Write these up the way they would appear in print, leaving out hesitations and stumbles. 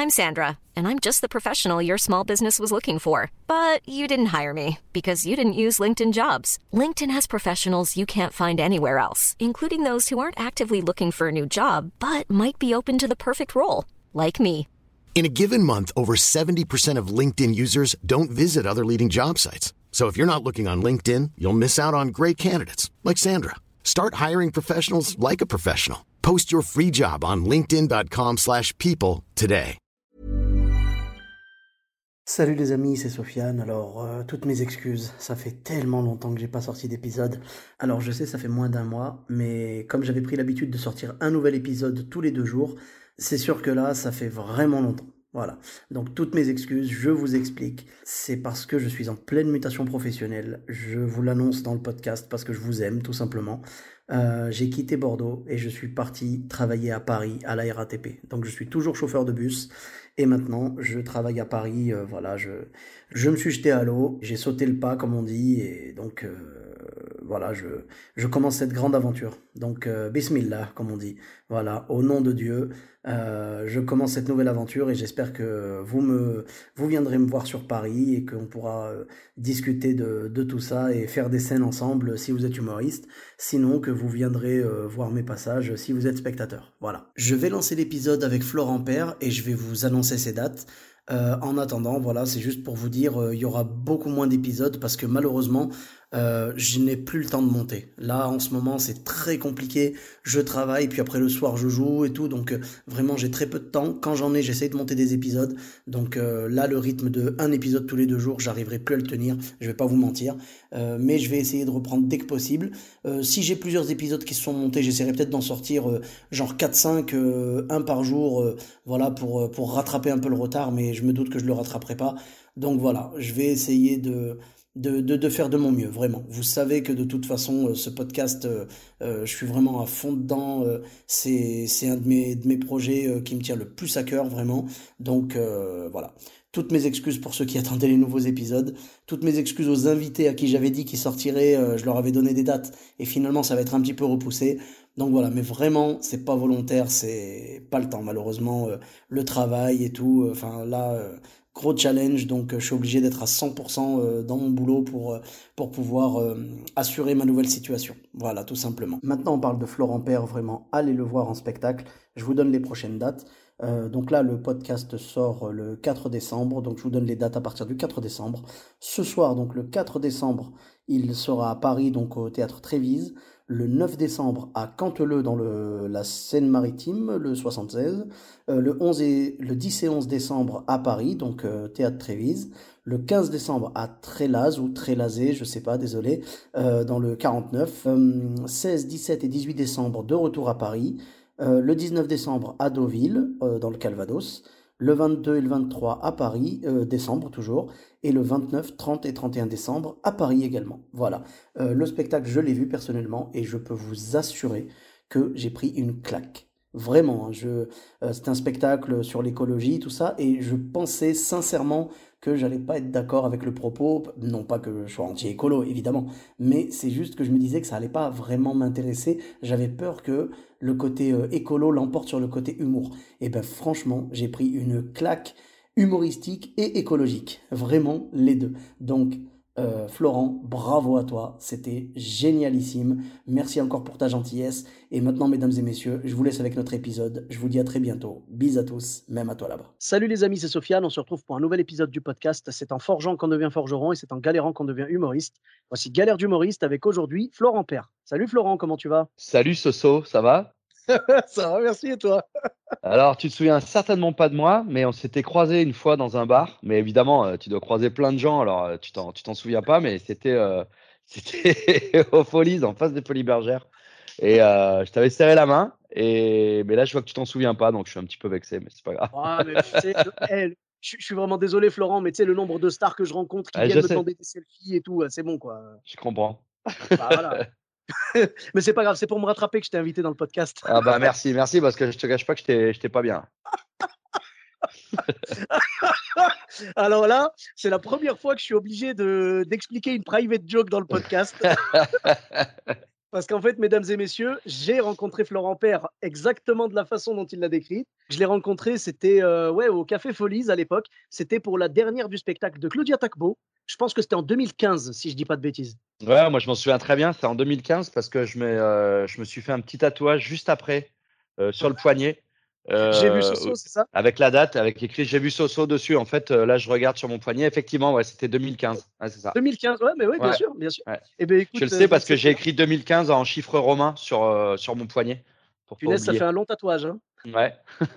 I'm Sandra, and I'm just the professional your small business was looking for. But you didn't hire me because you didn't use LinkedIn Jobs. LinkedIn has professionals you can't find anywhere else, including those who aren't actively looking for a new job, but might be open to the perfect role, like me. In a given month, over 70% of LinkedIn users don't visit other leading job sites. So if you're not looking on LinkedIn, you'll miss out on great candidates like Sandra. Start hiring professionals like a professional. Post your free job on linkedin.com/people today. Salut les amis, c'est Sofiane. Alors, toutes mes excuses, ça fait tellement longtemps que j'ai pas sorti d'épisode. Alors je sais, ça fait moins d'un mois, mais comme j'avais pris l'habitude de sortir un nouvel épisode tous les 2 jours, c'est sûr que là, ça fait vraiment longtemps. Voilà. Donc toutes mes excuses, je vous explique. C'est parce que je suis en pleine mutation professionnelle. Je vous l'annonce dans le podcast parce que je vous aime, tout simplement. J'ai quitté Bordeaux et je suis parti travailler à Paris, à la RATP. Donc je suis toujours chauffeur de bus et maintenant je travaille à Paris. Voilà, je me suis jeté à l'eau, j'ai sauté le pas comme on dit et donc voilà, je commence cette grande aventure. Donc Bismillah comme on dit. Voilà, au nom de Dieu, je commence cette nouvelle aventure et j'espère que vous viendrez me voir sur Paris et qu'on pourra discuter de tout ça et faire des scènes ensemble si vous êtes humoriste. Sinon que vous viendrez voir mes passages si vous êtes spectateur. Voilà. Je vais lancer l'épisode avec Florent Père et je vais vous annoncer ses dates. En attendant, voilà, c'est juste pour vous dire, il y aura beaucoup moins d'épisodes parce que malheureusement, je n'ai plus le temps de monter. Là, en ce moment, c'est très compliqué. Je travaille, puis après le soir, je joue et tout. Donc, vraiment, j'ai très peu de temps. Quand j'en ai, j'essaye de monter des épisodes. Donc là, le rythme de un épisode tous les 2 jours, j'arriverai plus à le tenir. Je vais pas vous mentir. Mais je vais essayer de reprendre dès que possible. Si j'ai plusieurs épisodes qui se sont montés, j'essaierai peut-être d'en sortir genre 4-5, un par jour, voilà, pour rattraper un peu le retard. Mais je me doute que je le rattraperai pas. Donc voilà, je vais essayer de faire de mon mieux, vraiment. Vous savez que de toute façon, ce podcast, je suis vraiment à fond dedans. C'est un de mes projets qui me tient le plus à cœur, vraiment. Donc voilà. Toutes mes excuses pour ceux qui attendaient les nouveaux épisodes. Toutes mes excuses aux invités à qui j'avais dit qu'ils sortiraient. Je leur avais donné des dates et finalement, ça va être un petit peu repoussé. Donc voilà, mais vraiment, c'est pas volontaire, c'est pas le temps, malheureusement. Le travail et tout, enfin là... Gros challenge, donc je suis obligé d'être à 100% dans mon boulot pour pouvoir assurer ma nouvelle situation. Voilà, tout simplement. Maintenant, on parle de Florent Père, vraiment, allez le voir en spectacle. Je vous donne les prochaines dates. Donc là, le podcast sort le 4 décembre, donc je vous donne les dates à partir du 4 décembre. Ce soir, donc le 4 décembre, il sera à Paris, donc au Théâtre Trévise. Le 9 décembre à Canteleu dans la Seine-Maritime, le 76. Le 10 et 11 décembre à Paris, donc Théâtre Trévise. Le 15 décembre à Trélaz ou Trélazé, je sais pas, désolé, dans le 49. 16, 17 et 18 décembre de retour à Paris. Le 19 décembre à Deauville, dans le Calvados. Le 22 et le 23 à Paris, décembre toujours, et le 29, 30 et 31 décembre à Paris également. Voilà, le spectacle, je l'ai vu personnellement, et je peux vous assurer que j'ai pris une claque. Vraiment, hein, c'est un spectacle sur l'écologie, tout ça, et je pensais sincèrement que j'allais pas être d'accord avec le propos, non pas que je sois anti-écolo, évidemment, mais c'est juste que je me disais que ça allait pas vraiment m'intéresser, j'avais peur que le côté écolo l'emporte sur le côté humour. Et ben franchement, j'ai pris une claque humoristique et écologique, vraiment les deux. Donc Florent, bravo à toi, c'était génialissime, merci encore pour ta gentillesse, et maintenant mesdames et messieurs, je vous laisse avec notre épisode, je vous dis à très bientôt, bis à tous, même à toi là-bas. Salut les amis, c'est Sofiane, on se retrouve pour un nouvel épisode du podcast, c'est en forgeant qu'on devient forgeron, et c'est en galérant qu'on devient humoriste. Voici Galère d'humoriste avec aujourd'hui Florent Père. Salut Florent, comment tu vas? Salut Soso, ça va? Ça va, merci, et toi? Alors, tu te souviens certainement pas de moi, mais on s'était croisés une fois dans un bar. Mais évidemment, tu dois croiser plein de gens, alors tu t'en souviens pas, mais c'était aux Folies, en face des Folies Bergères. Et je t'avais serré la main, mais là, je vois que tu t'en souviens pas, donc je suis un petit peu vexé, mais c'est pas grave. Ah, mais tu sais, je suis vraiment désolé, Florent, mais tu sais, le nombre de stars que je rencontre qui Ouais, viennent je me sais, demander des selfies et tout, c'est bon, quoi. je comprends. Bah voilà. Mais c'est pas grave, c'est pour me rattraper que je t'ai invité dans le podcast. Ah bah merci, merci, parce que je te cache pas que j'étais pas bien. Alors là, c'est la première fois que je suis obligé d'expliquer une private joke dans le podcast. Parce qu'en fait, mesdames et messieurs, j'ai rencontré Florent Père exactement de la façon dont il l'a décrit. Je l'ai rencontré, c'était au Café Folies à l'époque. C'était pour la dernière du spectacle de Claudia Tagbo. Je pense que c'était en 2015, si je dis pas de bêtises. Ouais, moi je m'en souviens très bien, c'était en 2015 parce que je me suis fait un petit tatouage juste après sur le poignet J'ai vu euh, Soso, c'est ça? avec la date, avec écrit j'ai vu Soso dessus. En fait, là je regarde sur mon poignet, effectivement, ouais, c'était 2015. Ouais, c'est ça. 2015, ouais, mais oui, bien Ouais, sûr, bien sûr. ouais. Eh bien, Je le écoute, sais donc parce que j'ai c'était, écrit 2015 en chiffres romains sur mon poignet pour pas punaise, ça fait oublier. un long tatouage, hein. Ouais.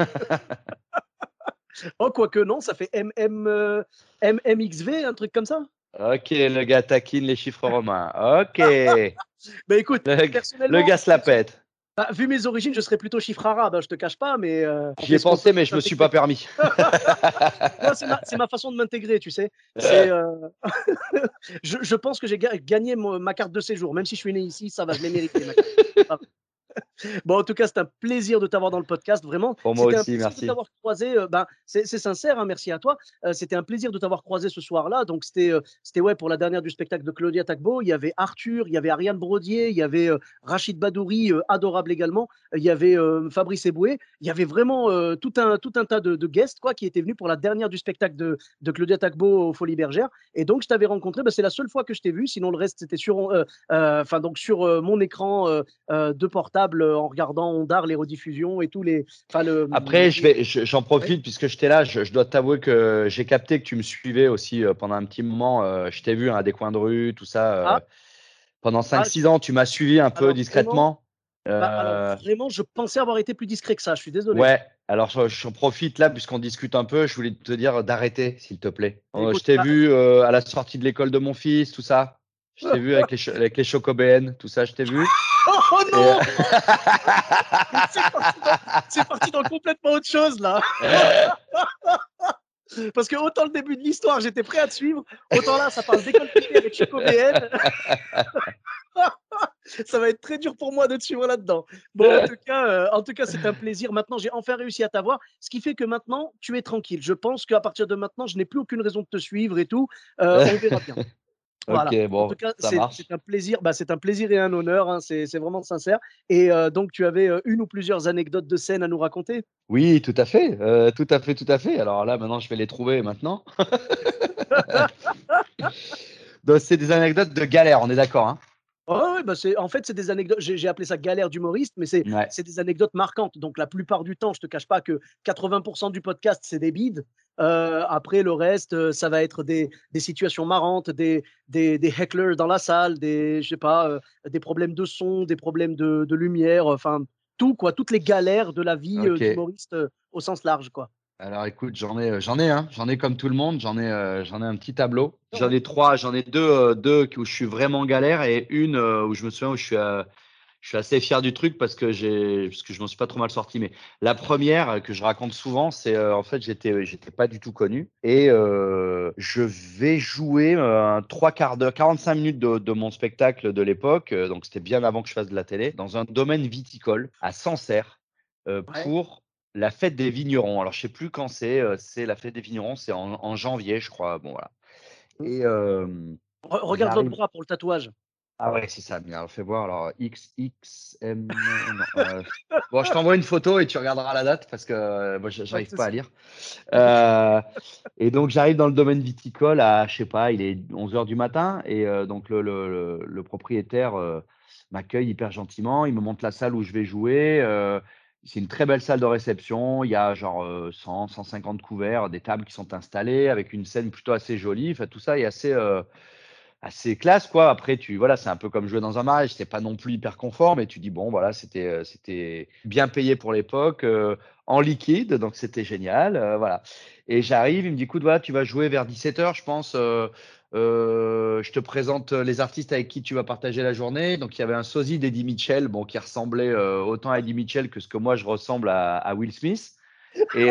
Oh, quoique non, ça fait MMXV, un truc comme ça. Ok, le gars taquine les chiffres romains. Ok. Le, Ben écoute, le personnellement, gars se la pète. vu mes origines, je serais plutôt chiffre arabe, hein, je te cache pas, mais on J'y fait ai ce qu'on peut pensé, pour mais je me suis s'intégrer. pas permis. Moi, c'est ma façon de m'intégrer, tu sais. C'est, je pense que j'ai gagné ma carte de séjour. Même si je suis né ici, ça va, je l'ai mérité, ma carte. Bon, en tout cas, c'est un plaisir de t'avoir dans le podcast, vraiment. Pour moi C'était un aussi, plaisir de merci. t'avoir croisé. C'est sincère, hein, merci à toi. C'était un plaisir de t'avoir croisé ce soir-là. Donc, c'était ouais, pour la dernière du spectacle de Claudia Tagbo. Il y avait Arthur, il y avait Ariane Brodier, il y avait Rachid Badouri, adorable également. Il y avait Fabrice Eboué. Il y avait vraiment tout un tas de guests quoi, qui étaient venus pour la dernière du spectacle de Claudia Tagbo aux Folies Bergères. Et donc, je t'avais rencontré. C'est la seule fois que je t'ai vu. Sinon, le reste, c'était sur mon écran de portable en regardant Ondar, les rediffusions et tous les. Enfin, Après, j'en ouais. profite puisque j'étais là. Je dois t'avouer que j'ai capté que tu me suivais aussi pendant un petit moment. Je t'ai vu hein, à des coins de rue, tout ça. Ah, Pendant ah, 5 6 ans, tu m'as suivi un peu alors vraiment, discrètement. alors Euh, vraiment, je pensais avoir été plus discret que ça. Je suis désolé. ouais, alors j'en profite là puisqu'on discute un peu. Je voulais te dire d'arrêter, s'il te plaît. Je Écoute, t'ai vu à la sortie de l'école de mon fils, tout ça. Je t'ai vu avec avec les chocobéennes, tout ça, je t'ai vu. oh Et, non, c'est parti dans complètement autre chose là. Parce que autant le début de l'histoire, j'étais prêt à te suivre, autant là, ça parle d'école privée avec Choco BN. Ça va être très dur pour moi de te suivre là-dedans. Bon, en tout cas, c'est un plaisir. Maintenant, j'ai enfin réussi à t'avoir, ce qui fait que maintenant, tu es tranquille. Je pense qu'à partir de maintenant, je n'ai plus aucune raison de te suivre et tout. On verra bien. Voilà. Ok, En tout bon, cas, ça c'est marche. un plaisir. C'est un plaisir et un honneur. Hein. C'est vraiment sincère. Et donc, tu avais une ou plusieurs anecdotes de scène à nous raconter. Oui, tout à fait, tout à fait, tout à fait. Alors là, maintenant, je vais les trouver maintenant. Donc, c'est des anecdotes de galère, on est d'accord, hein? Ouais, en fait, c'est des anecdotes. J'ai appelé ça galère d'humoriste, mais Ouais. c'est des anecdotes marquantes. Donc, la plupart du temps, je te cache pas que 80% du podcast, c'est des bides. Après, le reste, ça va être des situations marrantes, des hecklers dans la salle, je sais pas, des problèmes de son, des problèmes de lumière, enfin, tout, quoi, toutes les galères de la vie Ok. d'humoriste au sens large, quoi. Alors écoute, j'en ai comme tout le monde, j'en ai un petit tableau. J'en Ouais. ai trois, j'en ai deux où je suis vraiment en galère et une où je me souviens où je suis assez fier du truc parce que je m'en suis pas trop mal sorti. Mais la première que je raconte souvent, c'est en fait j'étais pas du tout connu et je vais jouer un trois quarts d'heure, 45 minutes de mon spectacle de l'époque. Donc c'était bien avant que je fasse de la télé dans un domaine viticole à Sancerre Ouais. pour la fête des vignerons. Alors je sais plus quand c'est la fête des vignerons, c'est en janvier, je crois. Bon voilà. Et Regarde l'autre j'arrive. bras pour le tatouage. Ah ouais, c'est ça. Mais alors, fais voir. Alors, XXM. Non. Bon, je t'envoie une photo et tu regarderas la date parce que moi, Pas de j'arrive pas à souci. lire. Euh, et donc, j'arrive dans le domaine viticole à, je sais pas, il est 11 heures du matin. Et donc, le propriétaire m'accueille hyper gentiment. Il me montre la salle où je vais jouer. C'est une très belle salle de réception. Il y a genre 100, 150 couverts, des tables qui sont installées avec une scène plutôt assez jolie. Enfin, tout ça est assez classe quoi. Après voilà, c'est un peu comme jouer dans un mariage, c'est pas non plus hyper confort mais tu dis bon voilà, c'était bien payé pour l'époque en liquide donc c'était génial voilà. Et j'arrive, il me dit écoute voilà, tu vas jouer vers 17 h je pense je te présente les artistes avec qui tu vas partager la journée. Donc il y avait un sosie d'Eddie Mitchell bon qui ressemblait autant à Eddie Mitchell que ce que moi je ressemble à Will Smith et,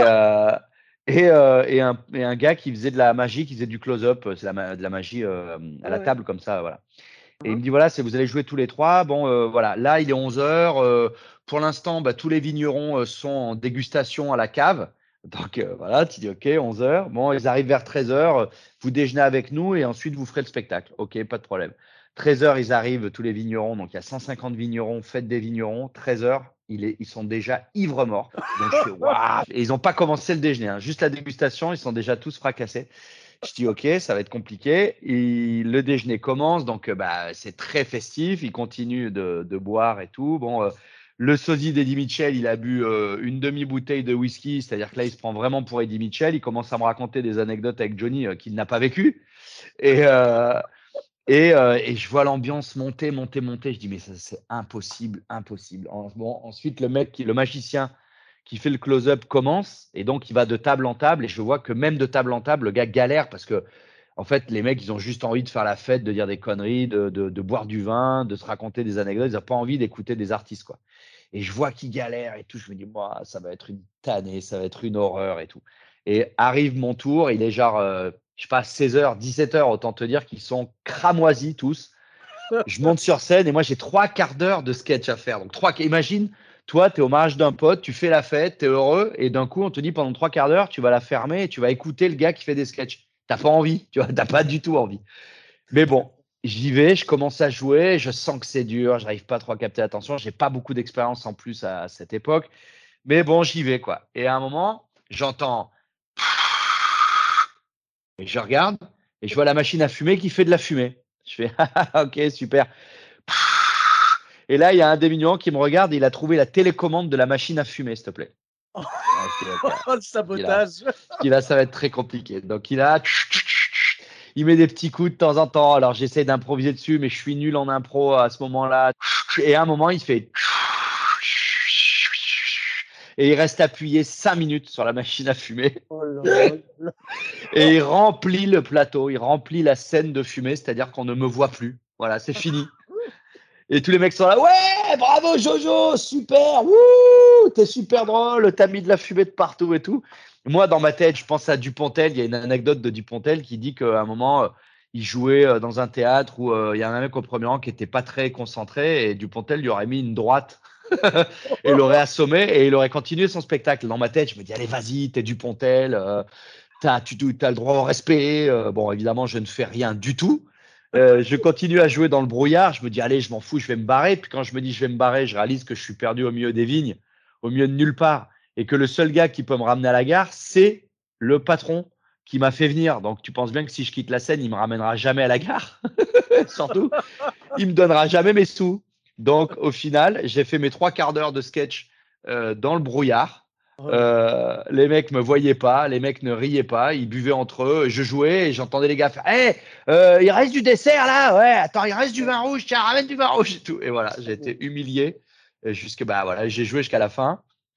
et un gars qui faisait de la magie, qui faisait du close-up, c'est de la magie à Ouais, la ouais. table comme ça, voilà. Et il Hein. me dit voilà, vous allez jouer tous les trois. Bon, voilà, là il est 11 heures. Pour l'instant, bah, tous les vignerons sont en dégustation à la cave. Donc voilà, tu dis ok, 11 heures. Bon, ils arrivent vers 13 heures. Vous déjeunez avec nous et ensuite vous ferez le spectacle. Ok, pas de problème. 13h, ils arrivent, tous les vignerons. Donc, il y a 150 vignerons, fête des vignerons. 13h, ils sont déjà ivres morts. Donc, je fais waouh. Et ils n'ont pas commencé le déjeuner, hein. Juste la dégustation, ils sont déjà tous fracassés. Je dis ok, ça va être compliqué. Et le déjeuner commence, donc c'est très festif. Ils continuent de boire et tout. Bon, le sosie d'Eddie Mitchell, il a bu une demi-bouteille de whisky, c'est-à-dire que là, il se prend vraiment pour Eddie Mitchell. Il commence à me raconter des anecdotes avec Johnny qu'il n'a pas vécu. Et je vois l'ambiance monter. Je dis mais ça, c'est impossible. Bon, ensuite, le magicien qui fait le close-up commence et donc il va de table en table et je vois que même de table en table, le gars galère parce que en fait, les mecs, ils ont juste envie de faire la fête, de dire des conneries, de boire du vin, de se raconter des anecdotes. Ils n'ont pas envie d'écouter des artistes, quoi. Et je vois qu'ils galèrent et tout. Je me dis, moi, ça va être une tannée, ça va être une horreur et tout. Et arrive mon tour. Il est genre, je sais pas, 16h, 17h. Autant te dire qu'ils sont cramoisis tous. Je monte sur scène et moi, j'ai 3/4 d'heure de sketch à faire. Donc, imagine, toi, tu es au mariage d'un pote, tu fais la fête, tu es heureux. Et d'un coup, on te dit pendant 3/4 d'heure, tu vas la fermer et tu vas écouter le gars qui fait des sketchs. T'as pas envie, tu vois, t'as pas du tout envie. Mais bon, j'y vais, je commence à jouer, je sens que c'est dur, j'arrive pas trop à capter l'attention, j'ai pas beaucoup d'expérience en plus à cette époque, mais bon, j'y vais quoi. Et à un moment, j'entends et je regarde et je vois la machine à fumer qui fait de la fumée. Je fais ok, super. Et là, il y a un des mignons qui me regarde, il a trouvé la télécommande de la machine à fumer, s'il te plaît. Oh, Okay. le sabotage. Il a, ça va être très compliqué. Donc il met des petits coups de temps en temps. Alors j'essaie d'improviser dessus, mais je suis nul en impro à ce moment-là. Et à un moment, il fait et il reste appuyé 5 minutes sur la machine à fumer. Oh là là. Et il remplit le plateau, il remplit la scène de fumée, c'est-à-dire qu'on ne me voit plus. Voilà, c'est fini. Et tous les mecs sont là, ouais, bravo Jojo, super, wouh, t'es super drôle, t'as mis de la fumée de partout et tout. Moi, dans ma tête, je pense à Dupontel. Il y a une anecdote de Dupontel qui dit qu'à un moment, il jouait dans un théâtre où il y a un mec au premier rang qui était pas très concentré et Dupontel lui aurait mis une droite et l'aurait assommé et il aurait continué son spectacle. Dans ma tête, je me dis, allez, vas-y, t'es Dupontel, t'as le droit au respect. Bon, évidemment, je ne fais rien du tout. Je continue à jouer dans le brouillard. Je me dis, allez, je m'en fous, je vais me barrer. Puis quand je me dis, je vais me barrer, je réalise que je suis perdu au milieu des vignes, au milieu de nulle part. Et que le seul gars qui peut me ramener à la gare, c'est le patron qui m'a fait venir. Donc, tu penses bien que si je quitte la scène, il me ramènera jamais à la gare. Surtout, il me donnera jamais mes sous. Donc, au final, j'ai fait mes 3/4 d'heure de sketch dans le brouillard. Les mecs me voyaient pas, les mecs ne riaient pas, ils buvaient entre eux, je jouais et j'entendais les gars faire hey, il reste du dessert là, ouais, attends, il reste du vin rouge, tiens, ramène du vin rouge et tout. Et voilà, j'ai été humilié jusque voilà, j'ai joué jusqu'à la fin.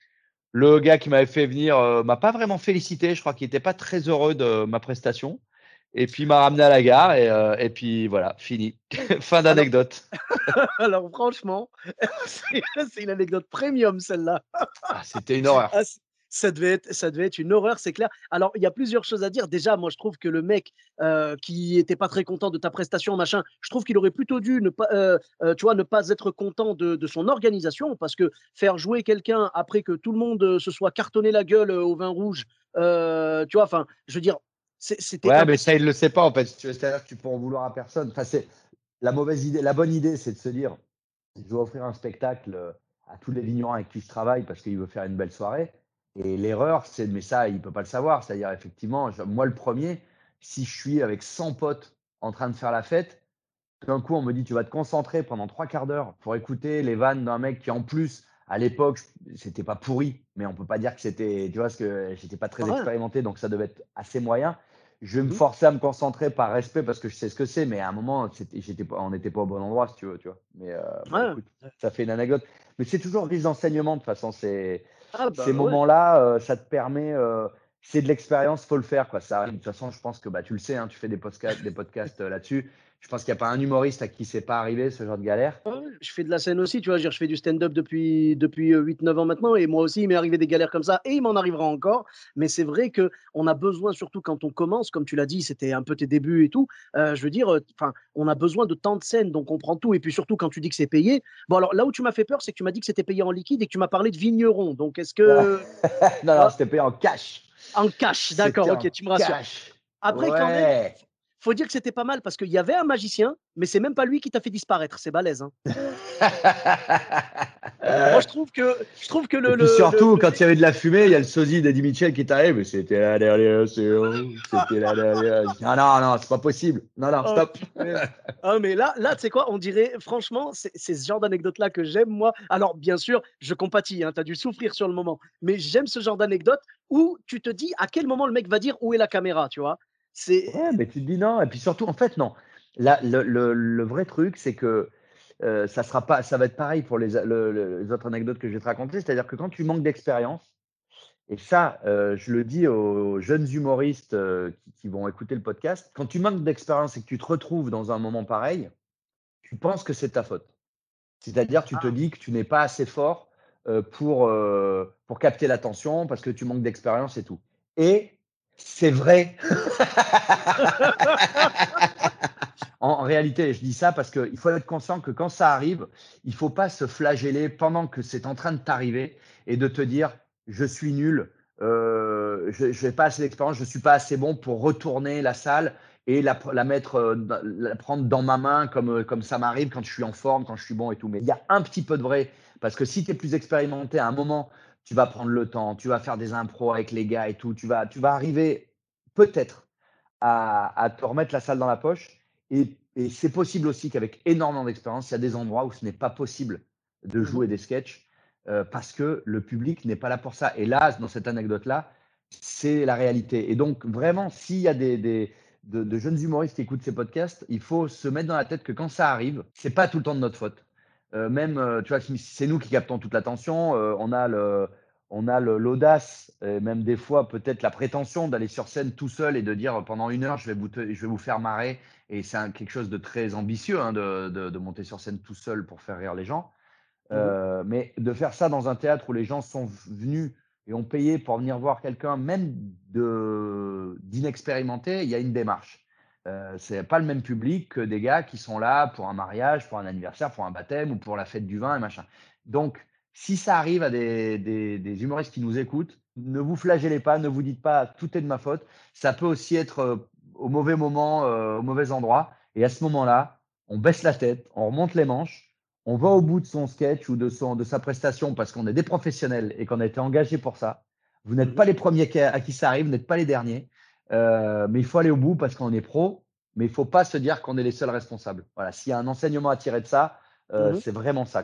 Le gars qui m'avait fait venir m'a pas vraiment félicité, je crois qu'il était pas très heureux de ma prestation. Et puis il m'a ramené à la gare et puis voilà, fini. Fin d'anecdote. Alors franchement, c'est une anecdote premium celle-là. Ah, c'était une horreur. Ah, ça devait être une horreur, c'est clair. Alors, il y a plusieurs choses à dire. Déjà, moi, je trouve que le mec qui était pas très content de ta prestation, machin, je trouve qu'il aurait plutôt dû ne pas, tu vois, ne pas être content de son organisation, parce que faire jouer quelqu'un après que tout le monde se soit cartonné la gueule au vin rouge, tu vois, enfin, je veux dire, c'était Ouais, mais ça, il le sait pas en fait. C'est-à-dire que tu peux en vouloir à personne. Enfin, c'est la mauvaise idée. La bonne idée, c'est de se dire, je dois offrir un spectacle à tous les vignerons avec qui je travaille parce qu'il veut faire une belle soirée. Et l'erreur, c'est, mais ça, il peut pas le savoir. C'est-à-dire, effectivement, moi, le premier, si je suis avec 100 potes en train de faire la fête, d'un coup, on me dit, tu vas te concentrer pendant 3/4 d'heure pour écouter les vannes d'un mec qui, en plus, à l'époque, c'était pas pourri, mais on peut pas dire que c'était, tu vois, parce que j'étais pas très Ouais. expérimenté, donc ça devait être assez moyen. Je vais me Mhm. forcer à me concentrer par respect parce que je sais ce que c'est, mais à un moment, on n'était pas au bon endroit, si tu veux, tu vois. Mais bon, Ouais. écoute, ça fait une anecdote. Mais c'est toujours riche d'enseignement, de toute façon. Ah Ces bah ouais. moments-là, ça te permet, c'est de l'expérience, faut le faire, quoi. Ça, de toute façon, je pense que tu le sais, hein, tu fais des podcasts là-dessus. Je pense qu'il n'y a pas un humoriste à qui c'est pas arrivé ce genre de galère. Ouais, je fais de la scène aussi, tu vois, je fais du stand-up depuis 8-9 ans maintenant, et moi aussi, il m'est arrivé des galères comme ça, et il m'en arrivera encore. Mais c'est vrai que on a besoin, surtout quand on commence, comme tu l'as dit, c'était un peu tes débuts et tout. Je veux dire, enfin, on a besoin de temps de scène, donc on prend tout. Et puis surtout quand tu dis que c'est payé. Bon, alors là où tu m'as fait peur, c'est que tu m'as dit que c'était payé en liquide et que tu m'as parlé de vigneron. Donc est-ce que Non, non, ah, c'était payé en cash. en cash, d'accord, C'était ok, en tu me rassures. cash. Après, quand même, Ouais. faut dire que c'était pas mal parce qu'il y avait un magicien, mais c'est même pas lui qui t'a fait disparaître. C'est balèze, hein. Moi, je trouve que Et puis surtout, quand il y avait de la fumée, il y a le sosie d'Eddie Mitchell qui est arrivé. Mais c'était la dernière séance. C'était la dernière. Je dis, ah non, non, c'est pas possible. Non, non, Oh, stop. punaise. Ah, mais là, tu sais quoi, on dirait, franchement, c'est ce genre d'anecdote-là que j'aime, moi. Alors, bien sûr, je compatis, hein, tu as dû souffrir sur le moment, mais j'aime ce genre d'anecdote où tu te dis à quel moment le mec va dire où est la caméra, tu vois. C'est. Ouais, mais tu te dis non. Et puis surtout, en fait, non. Là, le vrai truc, c'est que ça sera pas, ça va être pareil pour les autres anecdotes que je vais te raconter. C'est-à-dire que quand tu manques d'expérience, et ça, je le dis aux jeunes humoristes qui vont écouter le podcast, quand tu manques d'expérience et que tu te retrouves dans un moment pareil, tu penses que c'est ta faute. C'est-à-dire, tu te Ah. dis que tu n'es pas assez fort pour capter l'attention parce que tu manques d'expérience et tout. Et c'est vrai. En réalité, je dis ça parce qu'il faut être conscient que quand ça arrive, il ne faut pas se flageller pendant que c'est en train de t'arriver et de te dire je suis nul, je n'ai pas assez d'expérience, je ne suis pas assez bon pour retourner la salle et la mettre, la prendre dans ma main comme ça m'arrive quand je suis en forme, quand je suis bon et tout. Mais il y a un petit peu de vrai parce que si tu es plus expérimenté, à un moment, tu vas prendre le temps, tu vas faire des impros avec les gars et tout, tu vas arriver peut-être à te remettre la salle dans la poche. Et c'est possible aussi qu'avec énormément d'expérience, il y a des endroits où ce n'est pas possible de Mhm. jouer des sketchs parce que le public n'est pas là pour ça. Et là, dans cette anecdote-là, c'est la réalité. Et donc, vraiment, s'il y a de jeunes humoristes qui écoutent ces podcasts, il faut se mettre dans la tête que quand ça arrive, c'est pas tout le temps de notre faute. Même, tu vois, si c'est nous qui captons toute l'attention, on a l'audace, et même des fois peut-être la prétention d'aller sur scène tout seul et de dire pendant 1 heure, je vais vous faire marrer. Et c'est quelque chose de très ambitieux hein, de monter sur scène tout seul pour faire rire les gens. Mhm. Mais de faire ça dans un théâtre où les gens sont venus et ont payé pour venir voir quelqu'un, même d'inexpérimenté, il y a une démarche. Ce n'est pas le même public que des gars qui sont là pour un mariage, pour un anniversaire, pour un baptême ou pour la fête du vin et machin. Donc, si ça arrive à des humoristes qui nous écoutent, ne vous flagellez pas, ne vous dites pas tout est de ma faute. Ça peut aussi être au mauvais moment, au mauvais endroit. Et à ce moment-là, on baisse la tête, on remonte les manches, on va au bout de son sketch ou de sa prestation parce qu'on est des professionnels et qu'on a été engagés pour ça. Vous n'êtes Mhm. pas les premiers à qui ça arrive, vous n'êtes pas les derniers. Mais il faut aller au bout parce qu'on est pro, mais il ne faut pas se dire qu'on est les seuls responsables. Voilà, s'il y a un enseignement à tirer de ça, Mhm. c'est vraiment ça.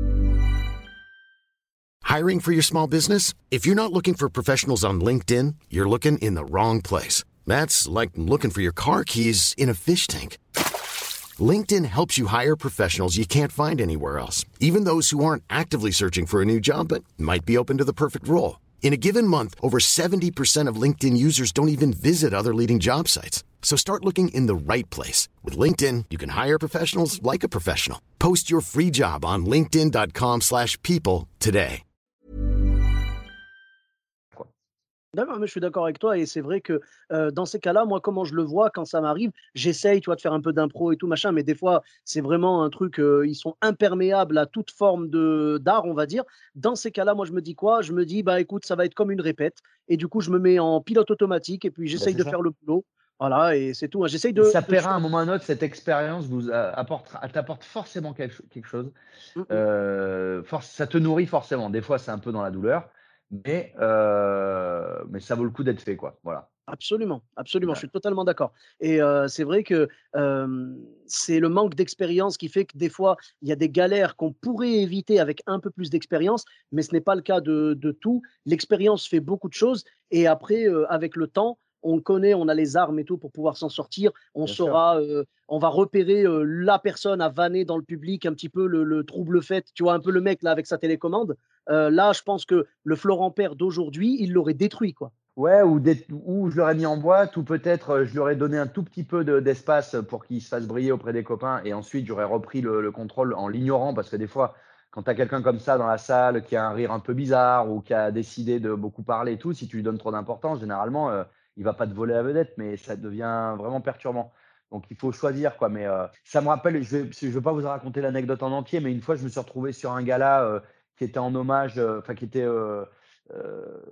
Hiring for your small business? If you're not looking for professionals on LinkedIn, you're looking in the wrong place. That's like looking for your car keys in a fish tank. LinkedIn helps you hire professionals you can't find anywhere else, even those who aren't actively searching for a new job but might be open to the perfect role. In a given month, over 70% of LinkedIn users don't even visit other leading job sites. So start looking in the right place. With LinkedIn, you can hire professionals like a professional. Post your free job on linkedin.com/people today. D'accord, mais je suis d'accord avec toi et c'est vrai que, dans ces cas-là, moi, comment je le vois quand ça m'arrive, j'essaye, tu vois, de faire un peu d'impro et tout machin, mais des fois, c'est vraiment un truc, ils sont imperméables à toute forme de d'art, on va dire. Dans ces cas-là, moi, je me dis quoi? Je me dis: «Bah, écoute, ça va être comme une répète» et du coup, je me mets en pilote automatique et puis Ben, j'essaye c'est de ça. faire le boulot. Voilà et c'est tout, hein. J'essaye Et ça de paiera à sur un moment ou à un autre, cette expérience t'apporte forcément quelque chose. mmh mh. Ça te nourrit forcément. Des fois, c'est un peu dans la douleur, mais ça vaut le coup d'être fait, quoi. Voilà. Absolument, absolument, je Ouais. suis totalement d'accord et c'est vrai que, c'est le manque d'expérience qui fait que des fois, il y a des galères qu'on pourrait éviter avec un peu plus d'expérience, mais ce n'est pas le cas de tout. L'expérience fait beaucoup de choses et après, avec le temps, on connaît, on a les armes et tout pour pouvoir s'en sortir. On Bien sûr. saura, on va repérer, la personne à vanner dans le public, un petit peu le trouble fête, tu vois? Un peu le mec là avec sa télécommande. Là, je pense que le Florent Père d'aujourd'hui, il l'aurait détruit, quoi. Ouais, ou je l'aurais mis en boîte, ou peut-être je lui aurais donné un tout petit peu d'espace pour qu'il se fasse briller auprès des copains, et ensuite j'aurais repris le contrôle en l'ignorant, parce que des fois, quand tu as quelqu'un comme ça dans la salle qui a un rire un peu bizarre ou qui a décidé de beaucoup parler et tout, si tu lui donnes trop d'importance, généralement, il va pas te voler la vedette, mais ça devient vraiment perturbant. Donc il faut choisir, quoi. Mais ça me rappelle, je vais pas vous raconter l'anecdote en entier, mais une fois, je me suis retrouvé sur un gala qui était en hommage, enfin qui était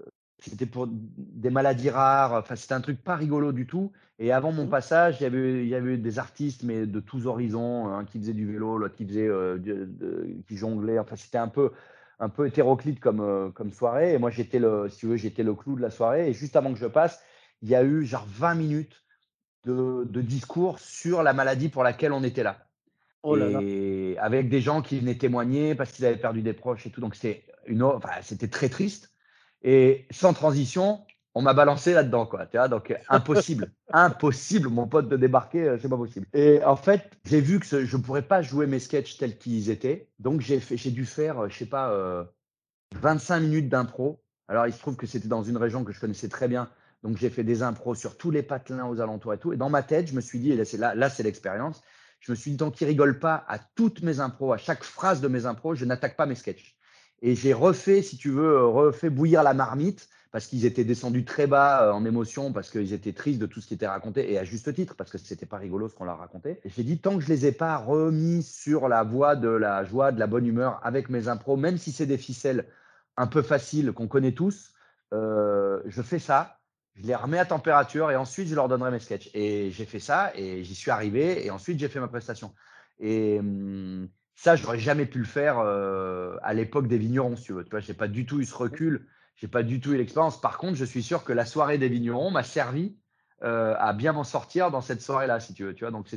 C'était pour des maladies rares. Enfin, c'était un truc pas rigolo du tout. Et avant mon Mmh. passage, il y avait des artistes, mais de tous horizons. Un qui faisait du vélo, l'autre qui faisait qui jonglait. Enfin, c'était un peu hétéroclite comme soirée. Et moi, si tu veux, j'étais le clou de la soirée. Et juste avant que je passe, il y a eu genre 20 minutes de discours sur la maladie pour laquelle on était là. Oh là là. Et avec des gens qui venaient témoigner parce qu'ils avaient perdu des proches et tout. Donc, c'était très triste. Et sans transition, on m'a balancé là-dedans, quoi. Tu vois, donc, impossible, mon pote, de débarquer, c'est pas possible. Et en fait, j'ai vu que je ne pourrais pas jouer mes sketchs tels qu'ils étaient. Donc, j'ai dû faire, je sais pas, 25 minutes d'impro. Alors, il se trouve que c'était dans une région que je connaissais très bien. Donc, j'ai fait des impros sur tous les patelins aux alentours et tout. Et dans ma tête, je me suis dit, et là c'est l'expérience, je me suis dit, tant qu'ils ne rigolent pas à toutes mes impros, à chaque phrase de mes impros, je n'attaque pas mes sketchs. Et j'ai refait, si tu veux, refait bouillir la marmite parce qu'ils étaient descendus très bas en émotion, parce qu'ils étaient tristes de tout ce qui était raconté, et à juste titre, parce que c'était pas rigolo ce qu'on leur racontait. Et j'ai dit, tant que je les ai pas remis sur la voie de la joie, de la bonne humeur avec mes impros, même si c'est des ficelles un peu faciles qu'on connaît tous, je fais ça, je les remets à température et ensuite je leur donnerai mes sketchs. Et j'ai fait ça et j'y suis arrivé et ensuite j'ai fait ma prestation. Et ça, j'aurais jamais pu le faire à l'époque des vignerons, si tu veux. Tu vois, j'ai pas du tout eu ce recul, j'ai pas du tout eu l'expérience. Par contre, je suis sûr que la soirée des vignerons m'a servi à bien m'en sortir dans cette soirée-là, si tu veux. Tu vois, donc c'est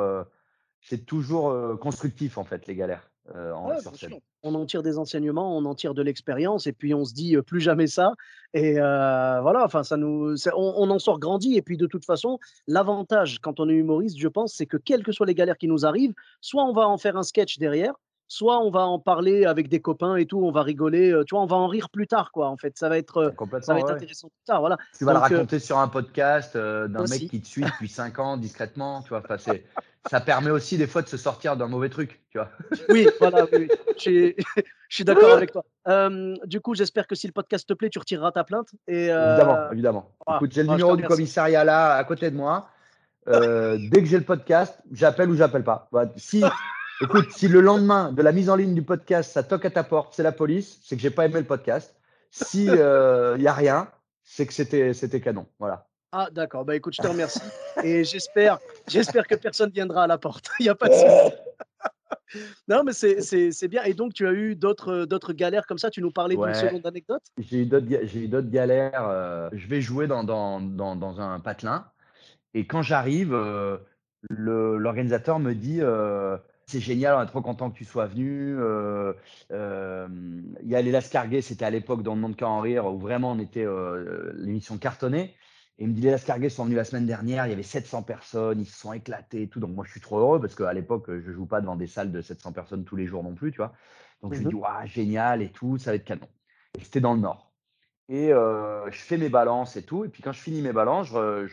toujours constructif en fait les galères Ouais, sur bien scène. sûr. On en tire des enseignements, on en tire de l'expérience et puis on se dit, plus jamais ça et voilà, enfin on en sort grandi et puis de toute façon, l'avantage quand on est humoriste, je pense, c'est que quelles que soient les galères qui nous arrivent, soit on va en faire un sketch derrière, soit on va en parler avec des copains et tout, on va rigoler, tu vois? On va en rire plus tard quoi, en fait. Ça va Complètement, être ouais, ouais. intéressant plus tard, voilà. Tu vas le Donc raconter sur un podcast d'un mec aussi. qui te suit depuis 5 ans discrètement, tu vois. Enfin, ça permet aussi des fois de se sortir d'un mauvais truc, tu vois. Oui, voilà, oui, oui. Je suis je suis d'accord avec toi. Du coup, j'espère que si le podcast te plaît, tu retireras ta plainte et Évidemment, évidemment. ah, Écoute, j'ai le ah, je te numéro du remercie. commissariat là, à côté de moi. Dès que j'ai le podcast, j'appelle ou j'appelle pas. Voilà. Écoute, si le lendemain de la mise en ligne du podcast, ça toque à ta porte, c'est la police, c'est que j'ai pas aimé le podcast. Si y a rien, c'est que c'était canon. Voilà. Ah d'accord, bah, écoute, je te remercie et j'espère que personne viendra à la porte. Il y a pas de souci. Non, mais c'est bien et donc tu as eu d'autres galères comme ça? Tu nous parlais d'une Ouais, seconde anecdote? j'ai eu d'autres galères. Je vais jouer dans un patelin. Et quand j'arrive, l'organisateur me dit c'est génial, on est trop content que tu sois venu. Il y a les Lascarguet, c'était à l'époque dans le monde qu'à en rire, où vraiment on était l'émission cartonnée. Et il me dit les Lascarguet sont venus la semaine dernière, il y avait 700 personnes, ils se sont éclatés et tout. Donc moi je suis trop heureux parce qu'à l'époque je joue pas devant des salles de 700 personnes tous les jours non plus, tu vois. Donc je lui Mmh. dis waouh, génial et tout, ça va être canon. Et c'était dans le Nord. Et je fais mes balances et tout. Et puis quand je finis mes balances,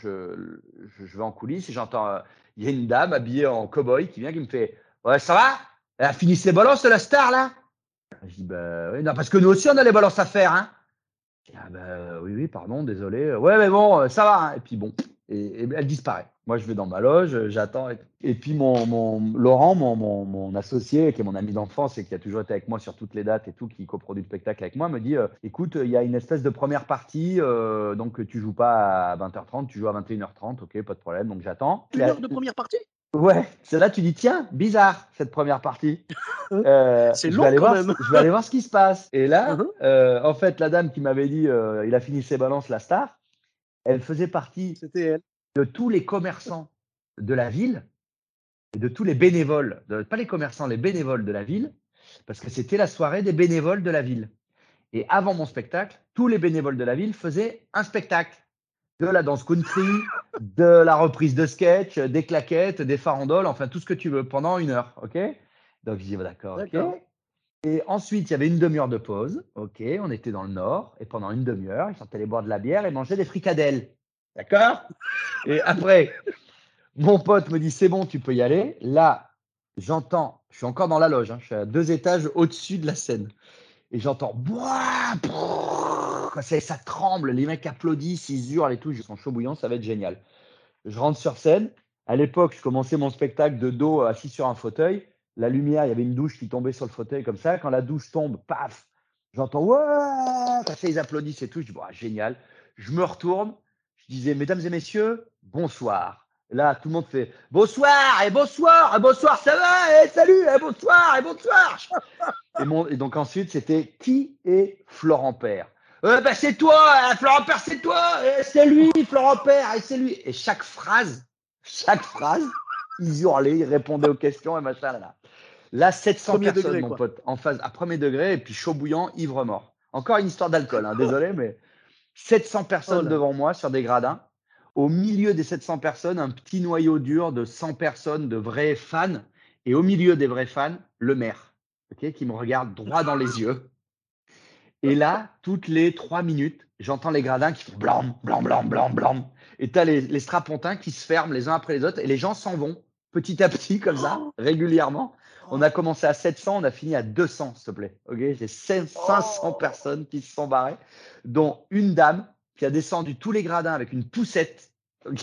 je vais en coulisses et j'entends, il y a une dame habillée en cow-boy qui vient, qui me fait ouais, ça va? Elle a fini ses balances, la star, là? Je dis bah oui, non, parce que nous aussi, on a les balances à faire, hein. Je dis, ah bah oui, oui, pardon, désolé. Ouais, mais bon, ça va, hein. Et puis bon, et elle disparaît. Moi, je vais dans ma loge, j'attends. Et puis Laurent, mon associé, qui est mon ami d'enfance et qui a toujours été avec moi sur toutes les dates et tout, qui coproduit le spectacle avec moi, me dit écoute, il y a une espèce de première partie, donc tu joues pas à 20h30, tu joues à 21h30, ok, pas de problème, donc j'attends. 1 heure de première partie? Ouais, c'est là tu dis tiens, bizarre cette première partie. Hein? C'est Je vais long aller quand voir, même. je vais aller voir ce qui se passe. Et là, Mmh. en fait, la dame qui m'avait dit il a fini ses balances, la star, elle faisait partie C'était elle. de tous les commerçants de la ville et de tous les bénévoles, pas les commerçants, les bénévoles de la ville, parce que c'était la soirée des bénévoles de la ville. Et avant mon spectacle, tous les bénévoles de la ville faisaient un spectacle. De la danse country, de la reprise de sketch, des claquettes, des farandoles, enfin tout ce que tu veux, pendant 1 heure. OK? Donc je dis, d'accord, OK. D'accord. Et ensuite, il y avait une demi-heure de pause. OK, on était dans le Nord. Et pendant une demi-heure, ils sont allés boire de la bière et manger des fricadelles. D'accord? Et après, mon pote me dit, c'est bon, tu peux y aller. Là, j'entends, je suis encore dans la loge, hein, je suis à 2 étages au-dessus de la scène. Et j'entends, Bouah ça tremble, les mecs applaudissent, ils hurlent et tout, ils sont chauds bouillants, ça va être génial. Je rentre sur scène. À l'époque, je commençais mon spectacle de dos, assis sur un fauteuil. La lumière, il y avait une douche qui tombait sur le fauteuil comme ça. Quand la douche tombe, paf, j'entends ouais, comme ça, ils applaudissent et tout. Je dis, bon, génial. Je me retourne. Je disais, mesdames et messieurs, bonsoir. Et là, tout le monde fait bonsoir et bonsoir, ça va, et salut, et bonsoir. Et donc ensuite, c'était qui est Florent Père? Bah, c'est toi, Florent Père, c'est toi, c'est lui, Florent Père, et c'est lui. Et chaque phrase, ils hurlaient, ils répondaient aux questions et machin là. Là, 700 Premier personnes, degré, mon quoi. pote, en phase à premier degré, et puis chaud bouillant, ivre mort. Encore une histoire d'alcool, hein, désolé, mais 700 Oh personnes là là. devant moi sur des gradins. Au milieu des 700 personnes, un petit noyau dur de 100 personnes de vrais fans. Et au milieu des vrais fans, le maire, ok, qui me regarde droit dans les yeux. Et là, toutes les 3 minutes, j'entends les gradins qui font blam, blam, blam, blam, blam. Et tu as les strapontins qui se ferment les uns après les autres. Et les gens s'en vont petit à petit, comme ça, régulièrement. On a commencé à 700, on a fini à 200, s'il te plaît. Okay, j'ai 500 personnes qui se sont barrées, dont une dame qui a descendu tous les gradins avec une poussette. Okay,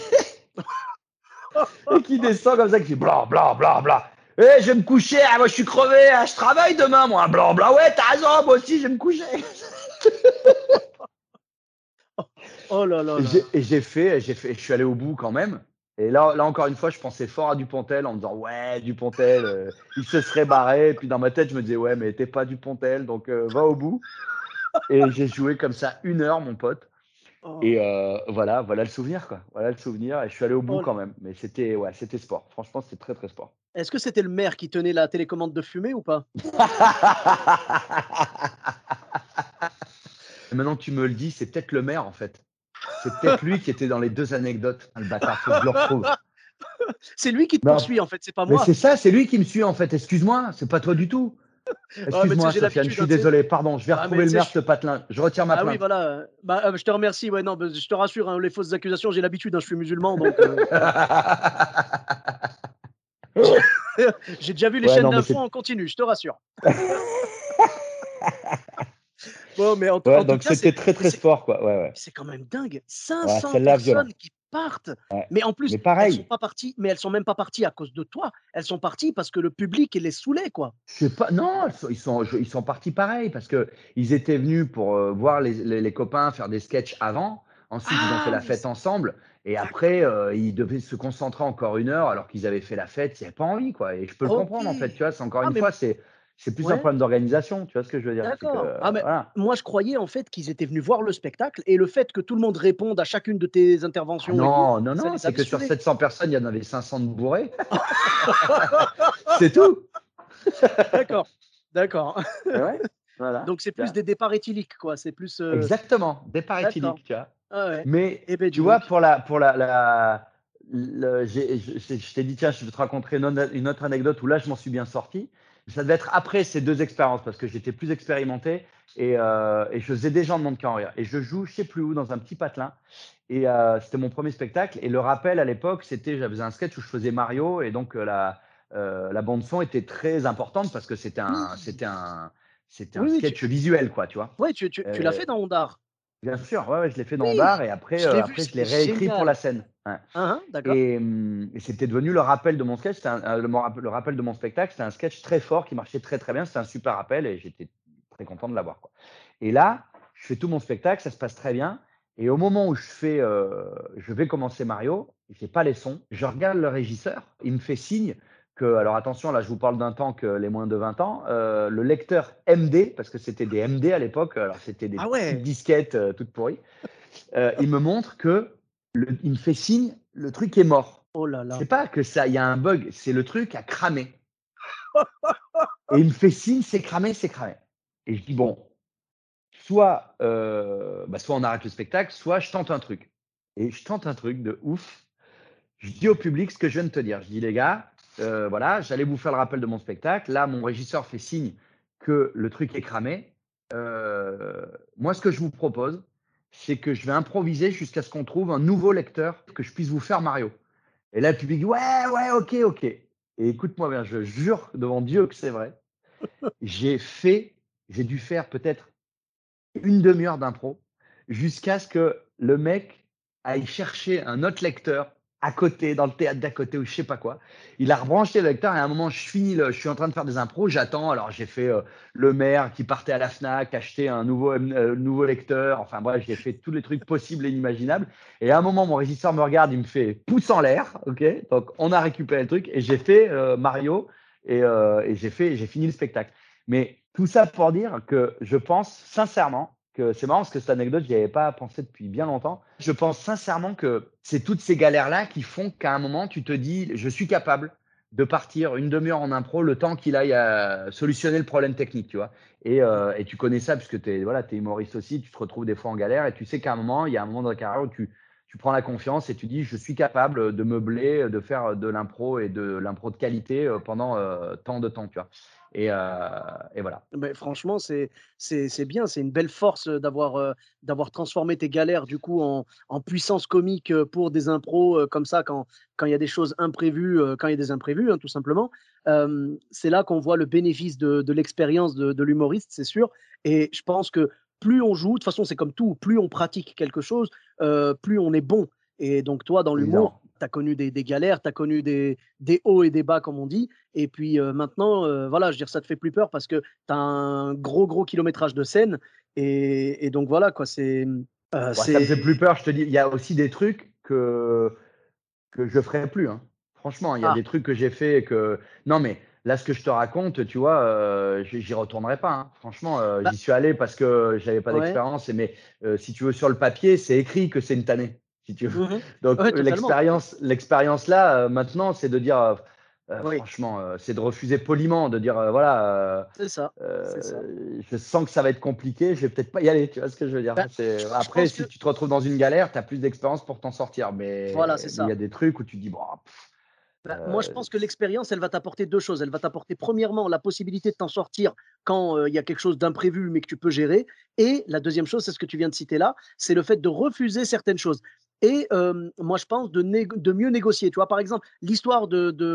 et qui descend comme ça, qui fait bla, bla, bla, bla. Je vais me coucher, moi je suis crevé, je travaille demain, moi, bla, bla. Ouais, t'as raison, moi aussi, je vais me coucher. Oh là là là. Je suis allé au bout quand même. Et là encore une fois, je pensais fort à Dupontel en me disant, ouais, Dupontel, il se serait barré. Et puis dans ma tête, je me disais, ouais, mais t'es pas Dupontel, donc va au bout. Et j'ai joué comme ça 1 heure, mon pote. Et voilà le souvenir, quoi. Voilà le souvenir. Et je suis allé au bout Oh là. quand même. Mais c'était sport. Franchement, c'était très, très sport. Est-ce que c'était le maire qui tenait la télécommande de fumée ou pas? Maintenant que tu me le dis, c'est peut-être le maire en fait. C'est peut-être lui qui était dans les 2 anecdotes. Le bâtard, faut que je le retrouve. C'est lui qui te Non, poursuit, en fait, c'est pas mais moi. c'est ça, c'est lui qui me suit en fait. Excuse-moi, c'est pas toi du tout. Ah, mais tu sais, Excuse-moi, j'ai Sofiane, je l'habitude, suis hein, tu sais. désolé. Pardon, je vais Ah, mais retrouver tu le sais, maire je de ce patelin. Je retire ma ah oui, plainte. voilà, je te remercie. Ouais, non, bah, je te rassure, hein, les fausses accusations, j'ai l'habitude, hein, je suis musulman, donc j'ai déjà vu les Ouais, chaînes non, mais d'infos c'est. en continu, je te rassure. Bon, mais Ouais, en tout donc cas, c'est c'était très mais très sport, quoi. Ouais, ouais. c'est quand même dingue. Ouais, 500 celle-là, violent. personnes qui partent, Ouais. mais en plus, Mais pareil, elles sont même pas parties à cause de toi. Elles sont parties parce que le public les saoulait, quoi. je sais pas. Non, ils sont partis pareil parce que ils étaient venus pour voir les copains faire des sketchs avant. Ensuite, ils ont fait Ah la oui, fête ensemble. Et après, d'accord. ils devaient se concentrer encore 1 heure alors qu'ils avaient fait la fête. Ils n'avaient pas envie, quoi. Et je peux le OK. comprendre, en fait. Tu vois, c'est encore Ah une mais fois, c'est plus un ouais, problème d'organisation. Tu vois ce que je veux dire? C'est que, d'accord. Ah mais voilà. moi, je croyais, en fait, qu'ils étaient venus voir le spectacle et le fait que tout le monde réponde à chacune de tes Ah interventions et tout, non, non, ça non, les c'est avait que sur saoulés. 700 personnes, il y en avait 500 de bourrés. C'est tout. D'accord, d'accord. Et ouais, voilà. Donc c'est Tu plus vois. des départs éthyliques, quoi, c'est plus, Exactement, départ d'accord. éthylique, tu vois. Ah ouais. Mais Eh beh, tu dis vois, donc. je t'ai dit, tiens, je vais te raconter une autre anecdote où là, je m'en suis bien sorti. Ça devait être après ces 2 expériences parce que j'étais plus expérimenté et je faisais déjà de monde qu'en rire. Et je joue, je sais plus où, dans un petit patelin. Et c'était mon premier spectacle. Et le rappel à l'époque, c'était, j'avais un sketch où je faisais Mario et donc la bande son était très importante parce que Oui, c'était un oui, oui, sketch visuel, quoi, tu vois. ouais, tu l'as Euh, fait dans Ondar? Bien sûr, ouais, ouais, je l'ai fait dans Oui, Ondar et après, je l'ai vu, après je l'ai c'était réécrit pour génial. la scène. Ouais. Hein, hein, d'accord. Et c'était devenu le rappel de mon sketch, le rappel de mon spectacle. C'était un sketch très fort qui marchait très très bien. C'était un super rappel et j'étais très content de l'avoir, quoi. Et là, je fais tout mon spectacle, ça se passe très bien. Et au moment où je vais commencer Mario, j'ai pas les sons. Je regarde le régisseur, il me fait signe que, alors attention, là je vous parle d'un temps que les moins de 20 ans, le lecteur MD, parce que c'était des MD à l'époque, alors c'était des Ah petites ouais! disquettes toutes pourries, il me montre que il me fait signe, le truc est mort. Oh là C'est là. pas que ça, il y a un bug, c'est le truc a cramé. Et il me fait signe, c'est cramé, c'est cramé. Et je dis bon, soit on arrête le spectacle, soit je tente un truc. Et je tente un truc de ouf. Je dis au public ce que je viens de te dire. Je dis les gars, voilà, j'allais vous faire le rappel de mon spectacle. Là, mon régisseur fait signe que le truc est cramé. Moi, ce que je vous propose, c'est que je vais improviser jusqu'à ce qu'on trouve un nouveau lecteur que je puisse vous faire Mario. Et là, le public dit ouais, ouais, ok, ok. Et écoute-moi bien, je jure devant Dieu que c'est vrai. J'ai dû faire peut-être 1/2 heure d'impro jusqu'à ce que le mec aille chercher un autre lecteur à côté, dans le théâtre d'à côté ou je sais pas quoi. Il a rebranché le lecteur et à un moment, je suis en train de faire des impros, j'attends. Alors, j'ai fait le maire qui partait à la Fnac, acheter un nouveau lecteur. Enfin, bref, j'ai fait tous les trucs possibles et inimaginables. Et à un moment, mon régisseur me regarde, il me fait pouce en l'air. OK, donc, on a récupéré le truc et j'ai fait Mario et j'ai fini le spectacle. Mais tout ça pour dire que je pense sincèrement que c'est marrant parce que cette anecdote, je n'y avais pas pensé depuis bien longtemps. Je pense sincèrement que c'est toutes ces galères-là qui font qu'à un moment, tu te dis, je suis capable de partir une demi-heure en impro le temps qu'il aille solutionner le problème technique, tu vois. Et tu connais ça puisque tu es humoriste aussi, tu te retrouves des fois en galère et tu sais qu'à un moment, il y a un moment dans la carrière où tu prends la confiance et tu dis, je suis capable de meubler, de faire de l'impro et de l'impro de qualité pendant tant de temps, tu vois. Et voilà. Mais franchement, c'est bien, c'est une belle force d'avoir transformé tes galères du coup en puissance comique pour des impros comme ça quand il y a des choses imprévues, quand il y a des imprévus, hein, tout simplement. C'est là qu'on voit le bénéfice de l'expérience de l'humoriste, c'est sûr. Et je pense que plus on joue, de toute façon, c'est comme tout, plus on pratique quelque chose, plus on est bon. Et donc, toi, dans l'humour, Évidemment. tu as connu des galères, tu as connu des hauts et des bas, comme on dit. Et puis maintenant, voilà, je veux dire, ça te fait plus peur parce que tu as un gros kilométrage de scène. Et donc voilà, quoi, Ouais, ça me fait plus c'est. peur, je te dis. Il y a aussi des trucs que je ferai plus, hein. Franchement, il y a Ah, des trucs que j'ai fait que. Non, mais là, ce que je te raconte, tu vois, j'y retournerai pas, hein. Franchement, bah, j'y suis allé parce que j'avais pas ouais. d'expérience. Mais si tu veux, sur le papier, c'est écrit que c'est une tannée, si tu veux. Mhm. Donc, Ouais, totalement. l'expérience là, maintenant, c'est de dire, Oui, franchement, c'est de refuser poliment, de dire, voilà. c'est ça. C'est ça. Je sens que ça va être compliqué, je vais peut-être pas y aller, tu vois ce que je veux dire? Bah, je Après, pense que. si tu te retrouves dans une galère, tu as plus d'expérience pour t'en sortir. Voilà, c'est Mais il y ça. a des trucs où tu te dis, bon, Bah, moi, je pense que l'expérience, elle va t'apporter 2 choses. Elle va t'apporter, premièrement, la possibilité de t'en sortir quand, il y a quelque chose d'imprévu, mais que tu peux gérer. Et la deuxième chose, c'est ce que tu viens de citer là, c'est le fait de refuser certaines choses. Et moi, je pense de mieux négocier. Tu vois, par exemple, l'histoire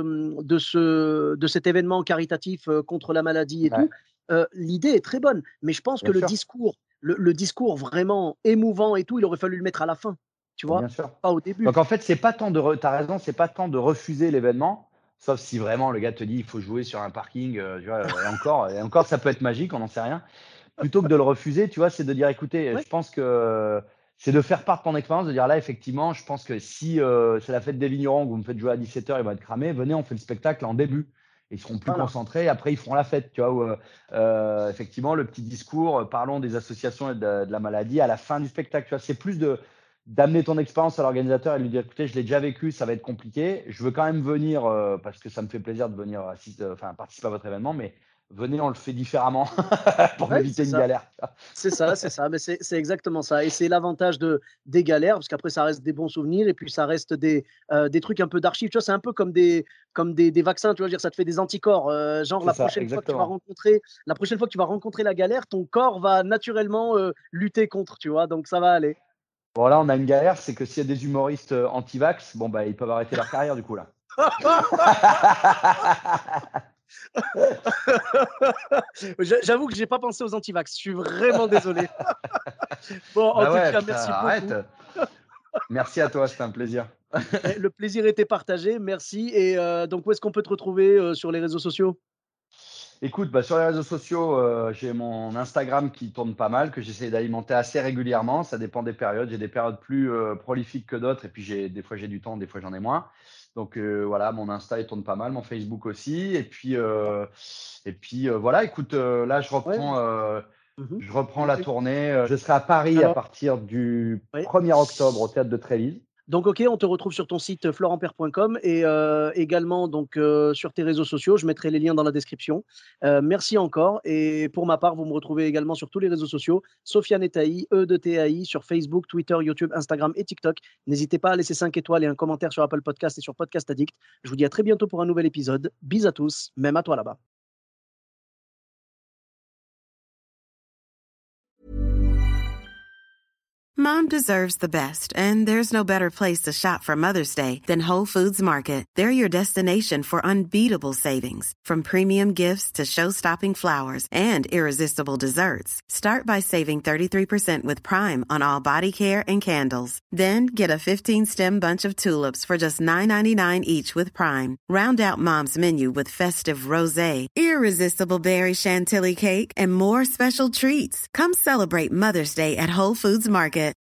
de cet événement caritatif, contre la maladie et ouais, tout, l'idée est très bonne. Mais je pense que bien sûr, le discours vraiment émouvant et tout, il aurait fallu le mettre à la fin, tu bien vois? sûr. Pas au début. Donc en fait, c'est pas tant t'as raison, c'est pas tant de refuser l'événement, sauf si vraiment le gars te dit il faut jouer sur un parking, tu vois, et encore, ça peut être magique, on n'en sait rien. Plutôt que de le refuser, tu vois, c'est de dire écoutez, Ouais, je pense que c'est de faire part de ton expérience, de dire là, effectivement, je pense que si c'est la fête des vignerons, que vous me faites jouer à 17h, ils vont être cramés, venez, on fait le spectacle en début. Ils seront plus voilà. concentrés, après ils feront la fête, tu vois. Effectivement, le petit discours, parlons des associations et de la maladie à la fin du spectacle, tu vois. C'est plus d'amener ton expérience à l'organisateur et de lui dire écoutez, je l'ai déjà vécu, ça va être compliqué. Je veux quand même venir parce que ça me fait plaisir de venir participer à votre événement, mais venez, on le fait différemment pour Ouais, m'éviter c'est une ça. galère. C'est ça, mais c'est exactement ça. Et c'est l'avantage des galères, parce qu'après, ça reste des bons souvenirs, et puis ça reste des trucs un peu d'archives. Tu vois, c'est un peu comme des vaccins, tu vois, je veux dire, ça te fait des anticorps. Genre, C'est ça, exactement. la prochaine fois que tu vas rencontrer la galère, ton corps va naturellement lutter contre, tu vois, donc ça va aller. Bon, là, on a une galère, c'est que s'il y a des humoristes anti-vax, bon, bah, ils peuvent arrêter leur carrière du coup, là. J'avoue que j'ai pas pensé aux antivax. Je suis vraiment désolé. Bon, en Bah tout ouais, cas, putain, merci arrête. beaucoup. Merci à toi, c'était un plaisir. Le plaisir était partagé. Merci. Et donc, où est-ce qu'on peut te retrouver sur les réseaux sociaux? Écoute, bah, sur les réseaux sociaux, j'ai mon Instagram qui tourne pas mal, que j'essaie d'alimenter assez régulièrement. Ça dépend des périodes. J'ai des périodes plus prolifiques que d'autres, et puis des fois j'ai du temps, des fois j'en ai moins. Donc voilà, mon Insta il tourne pas mal, mon Facebook aussi. Et puis voilà, écoute, là Ouais. Mhm. je reprends la Ok. tournée. Je serai à Paris à Alors, partir du ouais. 1er octobre au théâtre de Trévise. Donc, OK, on te retrouve sur ton site florentpère.com et également donc sur tes réseaux sociaux. Je mettrai les liens dans la description. Merci encore. Et pour ma part, vous me retrouvez également sur tous les réseaux sociaux. Sofiane Etaï, E de TAI, sur Facebook, Twitter, YouTube, Instagram et TikTok. N'hésitez pas à laisser 5 étoiles et un commentaire sur Apple Podcast et sur Podcast Addict. Je vous dis à très bientôt pour un nouvel épisode. Bis à tous, même à toi là-bas. Mom deserves the best, and there's no better place to shop for Mother's Day than Whole Foods Market. They're your destination for unbeatable savings, from premium gifts to show-stopping flowers and irresistible desserts. Start by saving 33% with Prime on all body care and candles. Then get a 15-stem bunch of tulips for just $9.99 each with Prime. Round out Mom's menu with festive rosé, irresistible berry chantilly cake, and more special treats. Come celebrate Mother's Day at Whole Foods Market.